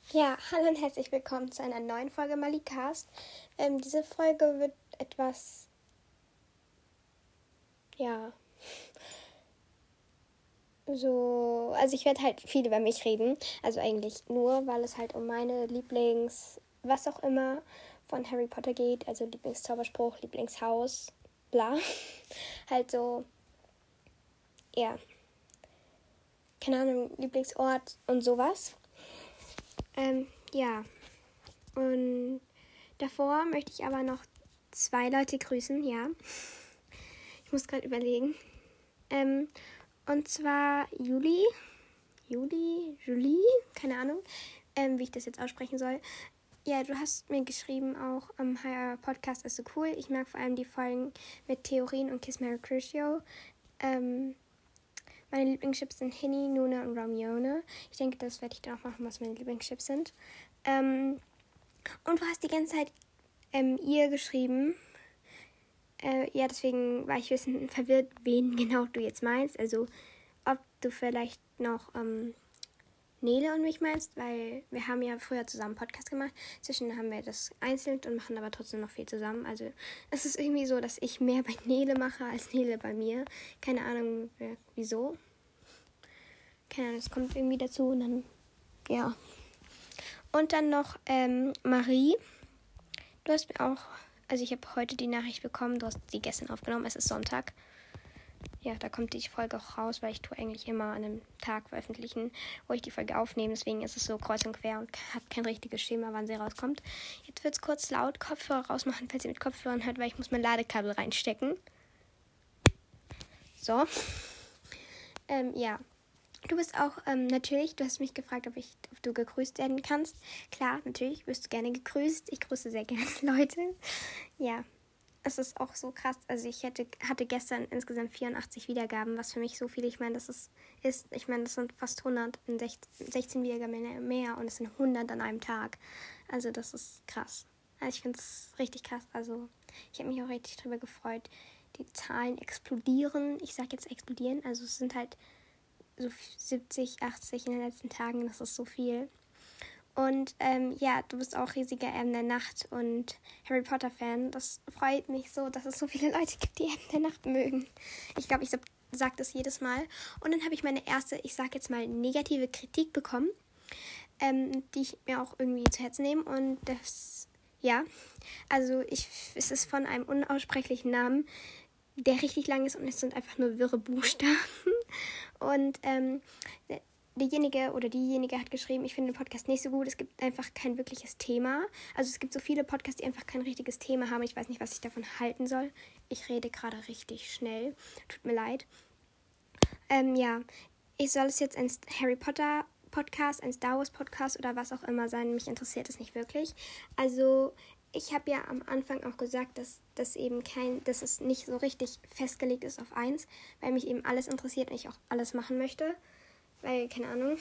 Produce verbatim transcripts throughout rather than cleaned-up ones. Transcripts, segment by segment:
Ja, hallo und herzlich willkommen zu einer neuen Folge Malicast. Ähm, diese Folge wird etwas, ja, so, also ich werde halt viel über mich reden. Also eigentlich nur, weil es halt um meine Lieblings, was auch immer von Harry Potter geht. Also Lieblingszauberspruch, Lieblingshaus, bla. Halt so, ja, keine Ahnung, Lieblingsort und sowas. Ähm, ja, und davor möchte ich aber noch zwei Leute grüßen, ja. Ich muss gerade überlegen. Ähm, und zwar Juli. Juli? Julie? Keine Ahnung, ähm, wie ich das jetzt aussprechen soll. Ja, du hast mir geschrieben auch, ähm, euer Podcast ist so cool. Ich mag vor allem die Folgen mit Theorien und Kiss Mary Crucio. Ähm, meine Lieblingschips sind Hinny, Nuna und Romione. Ich denke, das werde ich dann auch machen, was meine Lieblingschips sind. Ähm, und du hast die ganze Zeit ähm, ihr geschrieben. Äh, ja, deswegen war ich ein bisschen verwirrt, wen genau du jetzt meinst. Also, ob du vielleicht noch ähm, Nele und mich meinst, weil wir haben ja früher zusammen einen Podcast gemacht. Zwischen haben wir das einzeln und machen aber trotzdem noch viel zusammen. Also, es ist irgendwie so, dass ich mehr bei Nele mache als Nele bei mir. Keine Ahnung, wieso. Keine Ahnung, es kommt irgendwie dazu und dann, ja. Und dann noch ähm, Marie. Du hast mir auch... Also ich habe heute die Nachricht bekommen, du hast die gestern aufgenommen, es ist Sonntag. Ja, da kommt die Folge auch raus, weil ich tue eigentlich immer an einem Tag veröffentlichen, wo ich die Folge aufnehme. Deswegen ist es so kreuz und quer und hat kein richtiges Schema, wann sie rauskommt. Jetzt wird es kurz laut Kopfhörer rausmachen, falls ihr mit Kopfhörern hört, weil ich muss mein Ladekabel reinstecken. So. Ähm, ja. Du bist auch, ähm, natürlich, du hast mich gefragt, ob, ich, ob du gegrüßt werden kannst. Klar, natürlich wirst du gerne gegrüßt. Ich grüße sehr gerne Leute. Ja, es ist auch so krass. Also ich hätte, hatte gestern insgesamt vierundachtzig Wiedergaben, was für mich so viel, ich meine, das ist, ist ich meine, das sind fast hundert, in sechzehn Wiedergaben mehr und es sind hundert an einem Tag. Also das ist krass. Also ich finde es richtig krass. Also ich habe mich auch richtig drüber gefreut. Die Zahlen explodieren. Ich sage jetzt explodieren. Also es sind halt so siebzig, achtzig in den letzten Tagen, das ist so viel. Und ähm, ja, du bist auch riesiger Erben der Nacht und Harry Potter Fan. Das freut mich so, dass es so viele Leute gibt, die Erben der Nacht mögen. Ich glaube, ich sage das jedes Mal. Und dann habe ich meine erste, ich sage jetzt mal, negative Kritik bekommen, ähm, die ich mir auch irgendwie zu Herzen nehme. Und das, ja, also ich, es ist von einem unaussprechlichen Namen, der richtig lang ist und es sind einfach nur wirre Buchstaben. Und ähm, derjenige oder diejenige hat geschrieben, ich finde den Podcast nicht so gut, es gibt einfach kein wirkliches Thema. Also es gibt so viele Podcasts, die einfach kein richtiges Thema haben. Ich weiß nicht, was ich davon halten soll. Ich rede gerade richtig schnell. Tut mir leid. Ähm, ja, ich soll es jetzt ein Harry Potter Podcast, ein Star Wars Podcast oder was auch immer sein. Mich interessiert es nicht wirklich. Also ich habe ja am Anfang auch gesagt, dass das eben kein, dass es nicht so richtig festgelegt ist auf eins, weil mich eben alles interessiert und ich auch alles machen möchte. Weil, keine Ahnung.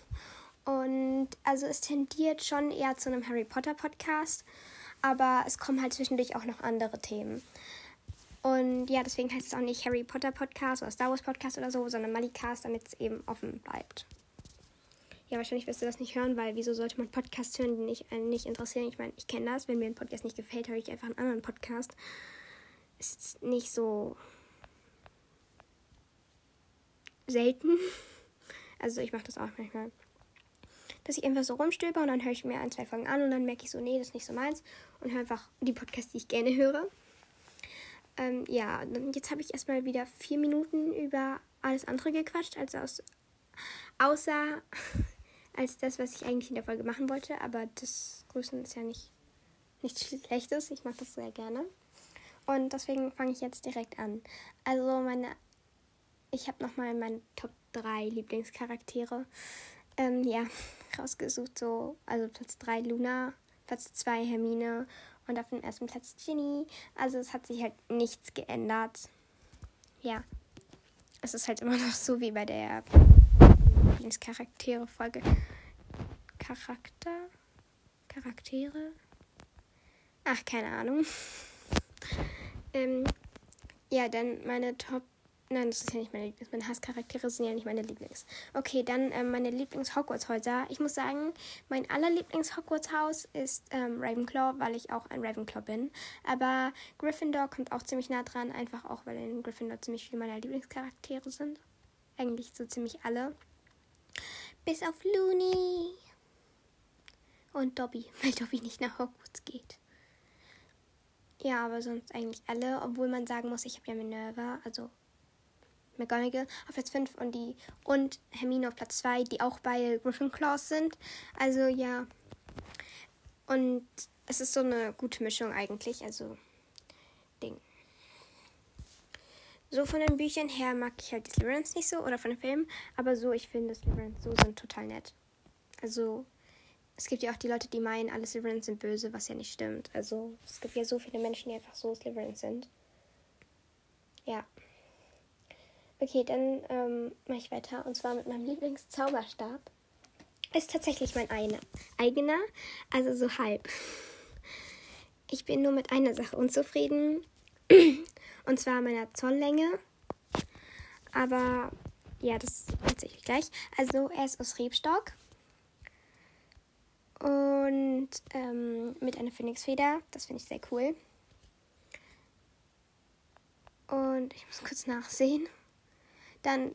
Und also es tendiert schon eher zu einem Harry Potter Podcast, aber es kommen halt zwischendurch auch noch andere Themen. Und ja, deswegen heißt es auch nicht Harry Potter Podcast oder Star Wars Podcast oder so, sondern Malicast, damit es eben offen bleibt. Ja, wahrscheinlich wirst du das nicht hören, weil wieso sollte man Podcasts hören, die nicht, einen nicht interessieren? Ich meine, ich kenne das, wenn mir ein Podcast nicht gefällt, höre ich einfach einen anderen Podcast. Ist nicht so selten. Also ich mache das auch manchmal. Dass ich einfach so rumstöber und dann höre ich mir ein, zwei Folgen an und dann merke ich so, nee, das ist nicht so meins. Und höre einfach die Podcasts, die ich gerne höre. Ähm, ja, jetzt habe ich erstmal wieder vier Minuten über alles andere gequatscht, also aus, außer als das, was ich eigentlich in der Folge machen wollte. Aber das Grüßen ist ja nicht nichts Schlechtes. Ich mag das sehr gerne. Und deswegen fange ich jetzt direkt an. Also meine, ich habe nochmal meine Top drei Lieblingscharaktere ähm, ja, rausgesucht. So, also Platz drei Luna, Platz zwei Hermine und auf dem ersten Platz Ginny. Also es hat sich halt nichts geändert. Ja, es ist halt immer noch so wie bei der Lieblingscharaktere-Folge. Charakter? Charaktere? Ach, keine Ahnung. ähm, ja, dann meine Top Nein, das ist ja nicht meine Lieblings. Meine Hasscharaktere sind ja nicht meine Lieblings. Okay, dann ähm, meine Lieblings-Hogwarts-Häuser. Ich muss sagen, mein allerlieblings-Hogwarts-Haus ist ähm, Ravenclaw, weil ich auch ein Ravenclaw bin. Aber Gryffindor kommt auch ziemlich nah dran, einfach auch, weil in Gryffindor ziemlich viele meiner Lieblingscharaktere sind. Eigentlich so ziemlich alle. Bis auf Looney und Dobby, weil Dobby nicht nach Hogwarts geht. Ja, aber sonst eigentlich alle, obwohl man sagen muss, ich habe ja Minerva, also McGonagall auf Platz fünf und die und Hermine auf Platz zwei, die auch bei Gryffindors sind. Also ja. Und es ist so eine gute Mischung eigentlich, also Ding. So von den Büchern her mag ich halt die Slytherins nicht so oder von den Filmen, aber so, ich finde Slytherins so sind total nett. Also es gibt ja auch die Leute, die meinen, alle Slytherins sind böse, was ja nicht stimmt. Also es gibt ja so viele Menschen, die einfach so Slytherins sind. Ja. Okay, dann ähm, mache ich weiter. Und zwar mit meinem Lieblingszauberstab. Ist tatsächlich mein eine, eigener, also so halb. Ich bin nur mit einer Sache unzufrieden. Und zwar meiner Zolllänge. Aber ja, das erzähle ich gleich. Also er ist aus Rebstock. Und ähm, mit einer Phönixfeder. Das finde ich sehr cool. Und ich muss kurz nachsehen. Dann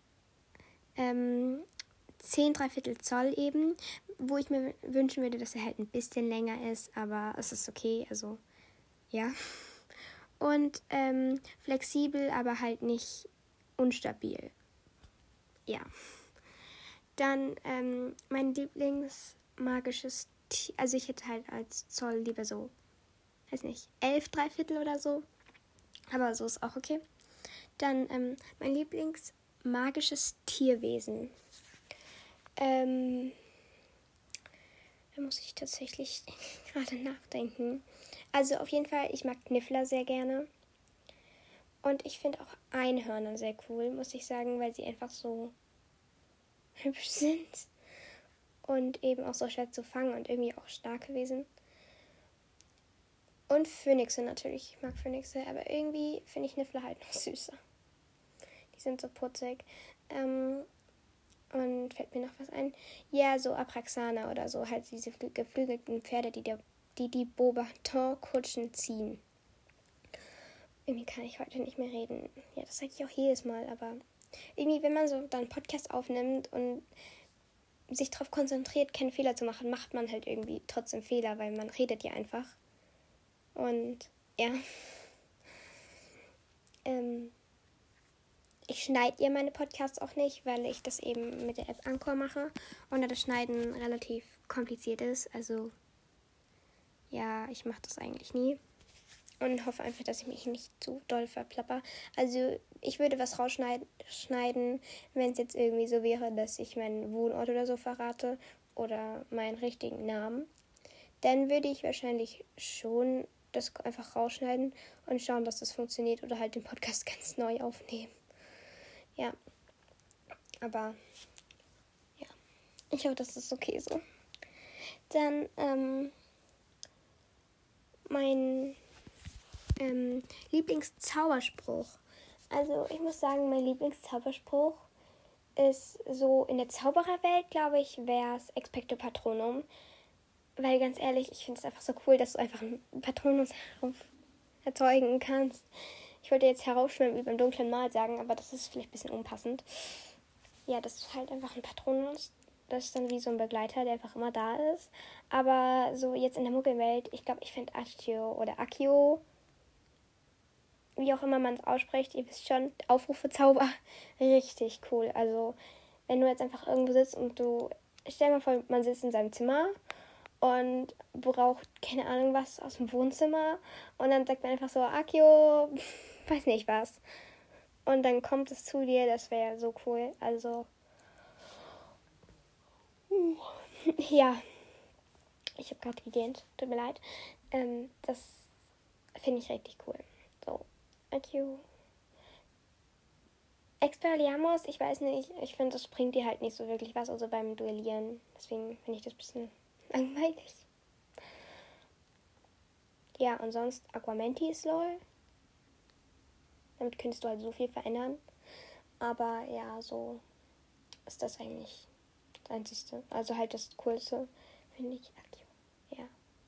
ähm, zehn Dreiviertel Zoll eben, wo ich mir wünschen würde, dass er halt ein bisschen länger ist, aber es ist okay, also ja. Und ähm, flexibel, aber halt nicht unstabil. Ja. Dann ähm, mein Lieblingsmagisches Tier, also ich hätte halt als Zoll lieber so, weiß nicht, elf Dreiviertel oder so, aber so ist auch okay. Dann ähm, mein Lieblingsmagisches Tierwesen. Ähm, da muss ich tatsächlich gerade nachdenken. Also auf jeden Fall, ich mag Kniffler sehr gerne. Und ich finde auch Einhörner sehr cool, muss ich sagen, weil sie einfach so hübsch sind. Und eben auch so schwer zu fangen und irgendwie auch starke Wesen. Und Phönixe natürlich. Ich mag Phönixe, aber irgendwie finde ich Kniffler halt noch süßer. Die sind so putzig. Ähm, und fällt mir noch was ein? Ja, so Apraxana oder so. Halt diese geflügelten Pferde, die der, die, die Beauxbaton-Kutschen ziehen. Irgendwie kann ich heute nicht mehr reden. Ja, das sage ich auch jedes Mal, aber irgendwie, wenn man so dann einen Podcast aufnimmt und sich darauf konzentriert, keine Fehler zu machen, macht man halt irgendwie trotzdem Fehler, weil man redet ja einfach. Und ja. ähm, ich schneide ihr meine Podcasts auch nicht, weil ich das eben mit der App Anchor mache und da das Schneiden relativ kompliziert ist. Also ja, ich mache das eigentlich nie. Und hoffe einfach, dass ich mich nicht zu doll verplapper. Also ich würde was rausschneiden, wenn es jetzt irgendwie so wäre, dass ich meinen Wohnort oder so verrate oder meinen richtigen Namen. Dann würde ich wahrscheinlich schon das einfach rausschneiden und schauen, dass das funktioniert oder halt den Podcast ganz neu aufnehmen. Ja, aber ja, ich hoffe, das ist okay so. Dann ähm, mein Ähm, Lieblingszauberspruch. Also ich muss sagen, mein Lieblingszauberspruch ist so in der Zaubererwelt, glaube ich, wäre es Expecto Patronum. Weil ganz ehrlich, ich finde es einfach so cool, dass du einfach einen Patronus erzeugen kannst. Ich wollte jetzt herausschwimmen wie beim dunklen Mal sagen, aber das ist vielleicht ein bisschen unpassend. Ja, das ist halt einfach ein Patronus. Das ist dann wie so ein Begleiter, der einfach immer da ist. Aber so jetzt in der Muggelwelt, ich glaube, ich finde Accio oder Accio, wie auch immer man es ausspricht, ihr wisst schon, Aufrufe Zauber, richtig cool. Also, wenn du jetzt einfach irgendwo sitzt und du, stell dir mal vor, man sitzt in seinem Zimmer und braucht, keine Ahnung was, aus dem Wohnzimmer und dann sagt man einfach so, Accio, weiß nicht was. Und dann kommt es zu dir, das wäre so cool. Also, uh, ja, ich habe gerade gegähnt, tut mir leid. Ähm, das finde ich richtig cool. So. Accio. Expelliarmus, ich weiß nicht, ich finde, das bringt dir halt nicht so wirklich was, also beim Duellieren. Deswegen finde ich das ein bisschen langweilig. Ja, und sonst Aquamentis, lol. Damit könntest du halt so viel verändern. Aber ja, so ist das eigentlich das Einzige. Also halt das Coolste, finde ich, Accio. Ja.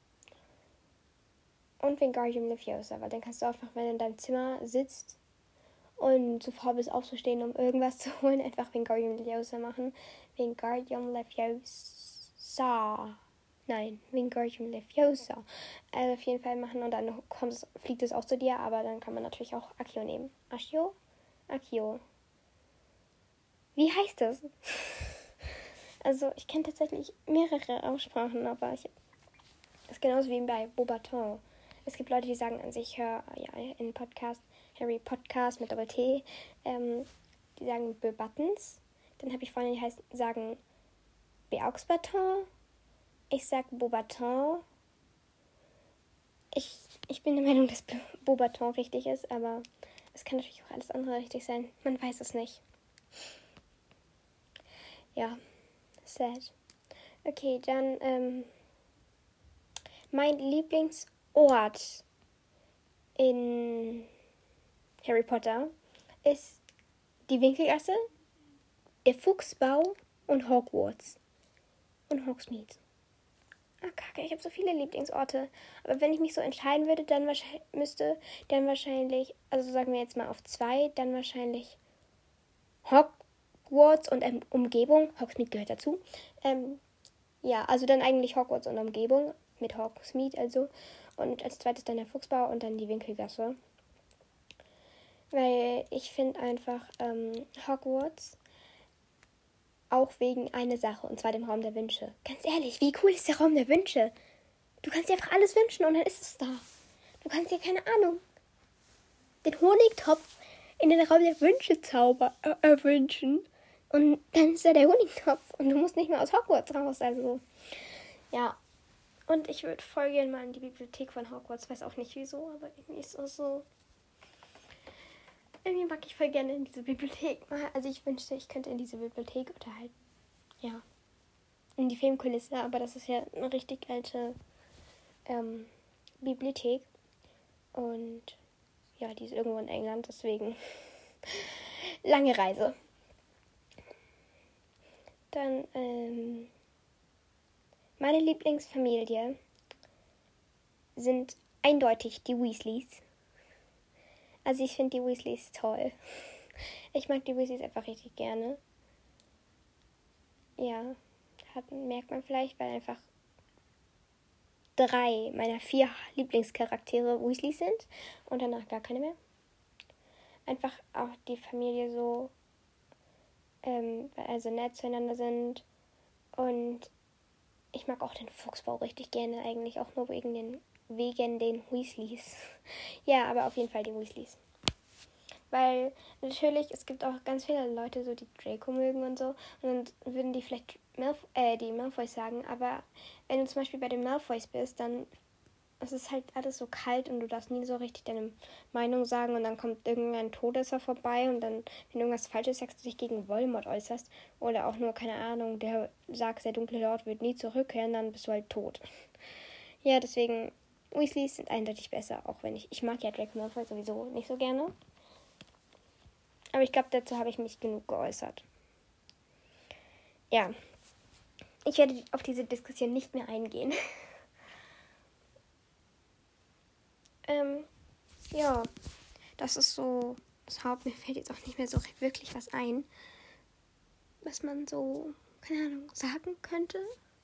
Und Wingardium Leviosa, weil dann kannst du einfach, wenn du in deinem Zimmer sitzt und zu faul bist aufzustehen, um irgendwas zu holen, einfach Wingardium Leviosa machen. Wingardium Leviosa. Nein, Wingardium Leviosa. Also auf jeden Fall machen und dann kommt es, fliegt es auch zu dir, aber dann kann man natürlich auch Accio nehmen. Accio? Accio. Wie heißt das? Also ich kenne tatsächlich mehrere Aussprachen, aber ich, das ist genauso wie bei Beauxbaton. Es gibt Leute, die sagen an sich, hör ja, in Podcast, Harry Podcast mit Doppel-T, ähm, die sagen Beauxbatons. Dann habe ich Freunde, die heißt, sagen Beauxbaton. Ich sag Beauxbaton. Ich, ich bin der Meinung, dass Beauxbaton richtig ist, aber es kann natürlich auch alles andere richtig sein. Man weiß es nicht. Ja, sad. Okay, dann ähm, mein Lieblingsort in Harry Potter ist die Winkelgasse, der Fuchsbau und Hogwarts. Und Hogsmeade. Ah, kacke, ich habe so viele Lieblingsorte. Aber wenn ich mich so entscheiden würde, dann wahrscheinlich müsste, dann wahrscheinlich, also sagen wir jetzt mal auf zwei, dann wahrscheinlich Hogwarts und ähm, Umgebung. Hogsmeade gehört dazu. Ähm, ja, also dann eigentlich Hogwarts und Umgebung. Mit Hogsmeade also. Und als zweites dann der Fuchsbau und dann die Winkelgasse. Weil ich finde einfach ähm, Hogwarts auch wegen einer Sache, und zwar dem Raum der Wünsche. Ganz ehrlich, wie cool ist der Raum der Wünsche? Du kannst dir einfach alles wünschen und dann ist es da. Du kannst dir, keine Ahnung, den Honigtopf in den Raum der Wünsche zauber äh, äh, wünschen. Und dann ist da der Honigtopf und du musst nicht mehr aus Hogwarts raus. Also, ja. Und ich würde voll gerne mal in die Bibliothek von Hogwarts. Weiß auch nicht wieso, aber irgendwie ist es so. Irgendwie mag ich voll gerne in diese Bibliothek. Also ich wünschte, ich könnte in diese Bibliothek oder halt, ja, in die Filmkulisse. Aber das ist ja eine richtig alte ähm, Bibliothek. Und ja, die ist irgendwo in England, deswegen lange Reise. Dann, ähm, meine Lieblingsfamilie sind eindeutig die Weasleys. Also ich finde die Weasleys toll. Ich mag die Weasleys einfach richtig gerne. Ja, hat, merkt man vielleicht, weil einfach drei meiner vier Lieblingscharaktere Weasleys sind und danach gar keine mehr. Einfach auch die Familie so, ähm, also nett zueinander sind. Und ich mag auch den Fuchsbau richtig gerne, eigentlich auch nur wegen den wegen den Weasleys. Ja, aber auf jeden Fall die Weasleys. Weil natürlich, es gibt auch ganz viele Leute, so die Draco mögen und so. Und dann würden die vielleicht Malf- äh, die Malfoys sagen. Aber wenn du zum Beispiel bei den Malfoys bist, dann ist es halt alles so kalt und du darfst nie so richtig deine Meinung sagen. Und dann kommt irgendein Todesser vorbei und dann, wenn du irgendwas Falsches sagst, du dich gegen Voldemort äußerst. Oder auch nur, keine Ahnung, der sagt, der dunkle Lord wird nie zurückkehren, dann bist du halt tot. Ja, deswegen, Weasleys sind eindeutig besser. Auch wenn ich, ich mag ja Draco Malfoy sowieso nicht so gerne. Aber ich glaube, dazu habe ich mich genug geäußert. Ja. Ich werde auf diese Diskussion nicht mehr eingehen. ähm, ja. Das ist so das Haupt. Mir fällt jetzt auch nicht mehr so wirklich was ein, was man so, keine Ahnung, sagen könnte.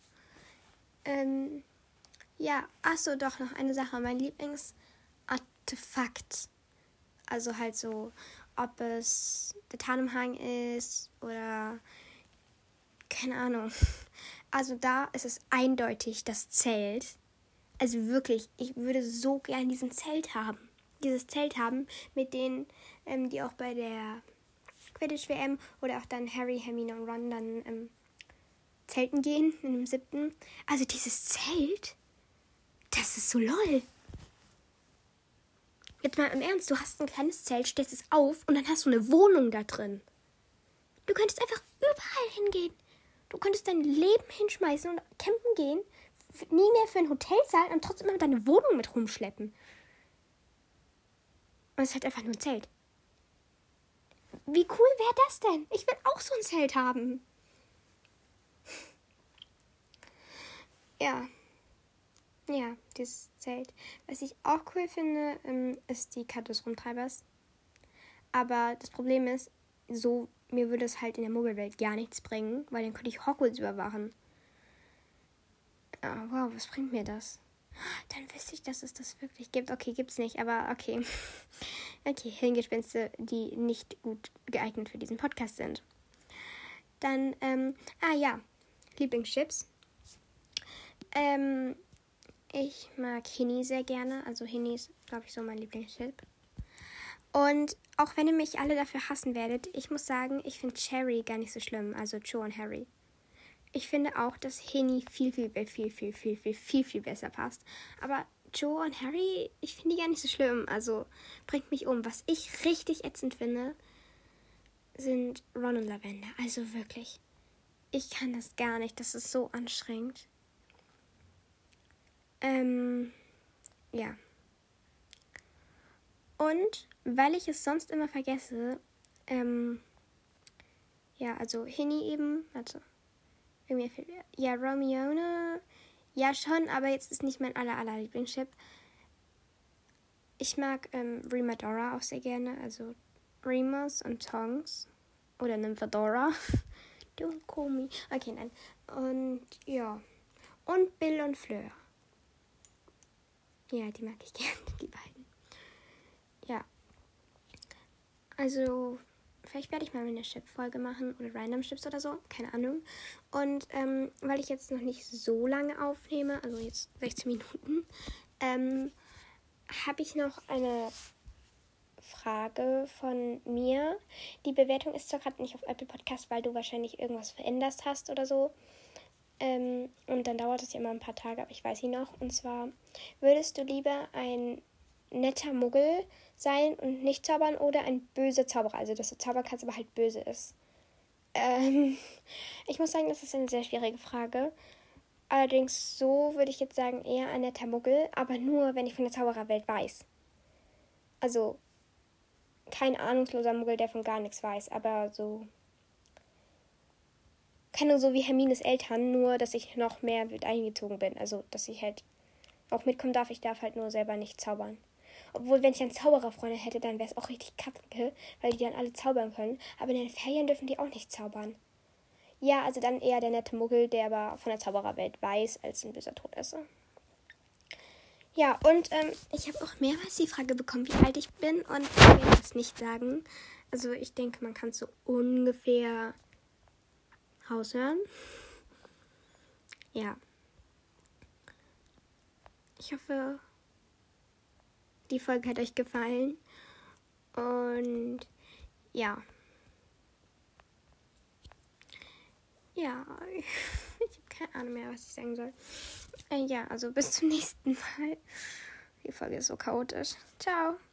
Ähm, ja. Achso, doch noch eine Sache. Mein Lieblingsartefakt. Also halt so, ob es der Tarnumhang ist oder keine Ahnung. Also da ist es eindeutig das Zelt. Also wirklich, ich würde so gern diesen Zelt haben. Dieses Zelt haben, mit denen, ähm, die auch bei der Quidditch-W M oder auch dann Harry, Hermine und Ron dann ähm, zelten gehen in dem siebten. Also dieses Zelt, das ist so lol. Jetzt mal im Ernst, du hast ein kleines Zelt, stellst es auf und dann hast du eine Wohnung da drin. Du könntest einfach überall hingehen. Du könntest dein Leben hinschmeißen und campen gehen, nie mehr für ein Hotel zahlen und trotzdem immer deine Wohnung mit rumschleppen. Und es ist halt einfach nur ein Zelt. Wie cool wäre das denn? Ich will auch so ein Zelt haben. Ja. Ja, dieses Zelt. Was ich auch cool finde, ähm, ist die Karte des Rumtreibers. Aber das Problem ist, so, mir würde es halt in der Muggelwelt gar nichts bringen, weil dann könnte ich Hogwarts überwachen. Oh, wow, was bringt mir das? Dann wüsste ich, dass es das wirklich gibt. Okay, gibt's nicht, aber okay. Okay, Hirngespinste, die nicht gut geeignet für diesen Podcast sind. Dann, ähm, ah ja, Lieblingschips. Ähm, ich mag Hini sehr gerne. Also Hini ist, glaube ich, so mein Lieblingschip. Und auch wenn ihr mich alle dafür hassen werdet, ich muss sagen, ich finde Cherry gar nicht so schlimm. Also Joe und Harry. Ich finde auch, dass Hini viel, viel, viel, viel, viel, viel, viel, viel, viel besser passt. Aber Joe und Harry, ich finde die gar nicht so schlimm. Also bringt mich um. Was ich richtig ätzend finde, sind Ron und Lavender. Also wirklich. Ich kann das gar nicht. Das ist so anstrengend. Ähm, ja. Und weil ich es sonst immer vergesse, ähm, ja, also Hini eben, warte. Ja, Hermione, ja schon, aber jetzt ist nicht mein aller, aller Lieblingschip. Ich mag ähm, Remadora auch sehr gerne, also Remus und Tonks oder Nymphadora. Don't call me. Okay, nein. Und ja, und Bill und Fleur. Ja, die mag ich gerne, die beiden. Ja, also vielleicht werde ich mal eine Chip-Folge machen oder Random Chips oder so, keine Ahnung. Und ähm, weil ich jetzt noch nicht so lange aufnehme, also jetzt sechzehn Minuten, ähm, habe ich noch eine Frage von mir. Die Bewertung ist zwar gerade nicht auf Apple Podcast, weil du wahrscheinlich irgendwas verändert hast oder so. Ähm, und dann dauert es ja immer ein paar Tage, aber ich weiß ihn noch. Und zwar, würdest du lieber ein netter Muggel sein und nicht zaubern oder ein böser Zauberer? Also, dass du zaubern kannst, aber halt böse ist. Ähm, ich muss sagen, das ist eine sehr schwierige Frage. Allerdings so würde ich jetzt sagen, eher ein netter Muggel, aber nur, wenn ich von der Zaubererwelt weiß. Also, kein ahnungsloser Muggel, der von gar nichts weiß, aber so... Keine so wie Hermines Eltern, nur, dass ich noch mehr mit eingezogen bin. Also, dass ich halt auch mitkommen darf, ich darf halt nur selber nicht zaubern. Obwohl, wenn ich dann Zaubererfreunde hätte, dann wäre es auch richtig kacke, weil die dann alle zaubern können. Aber in den Ferien dürfen die auch nicht zaubern. Ja, also dann eher der nette Muggel, der aber von der Zaubererwelt weiß, als ein böser Todesser. Ja, und ähm, ich habe auch mehrmals die Frage bekommen, wie alt ich bin. Und ich will das nicht sagen. Also ich denke, man kann so ungefähr raushören. Ja. Ich hoffe, die Folge hat euch gefallen. Und ja. Ja, ich habe keine Ahnung mehr, was ich sagen soll. Äh, ja, also bis zum nächsten Mal. Die Folge ist so chaotisch. Ciao.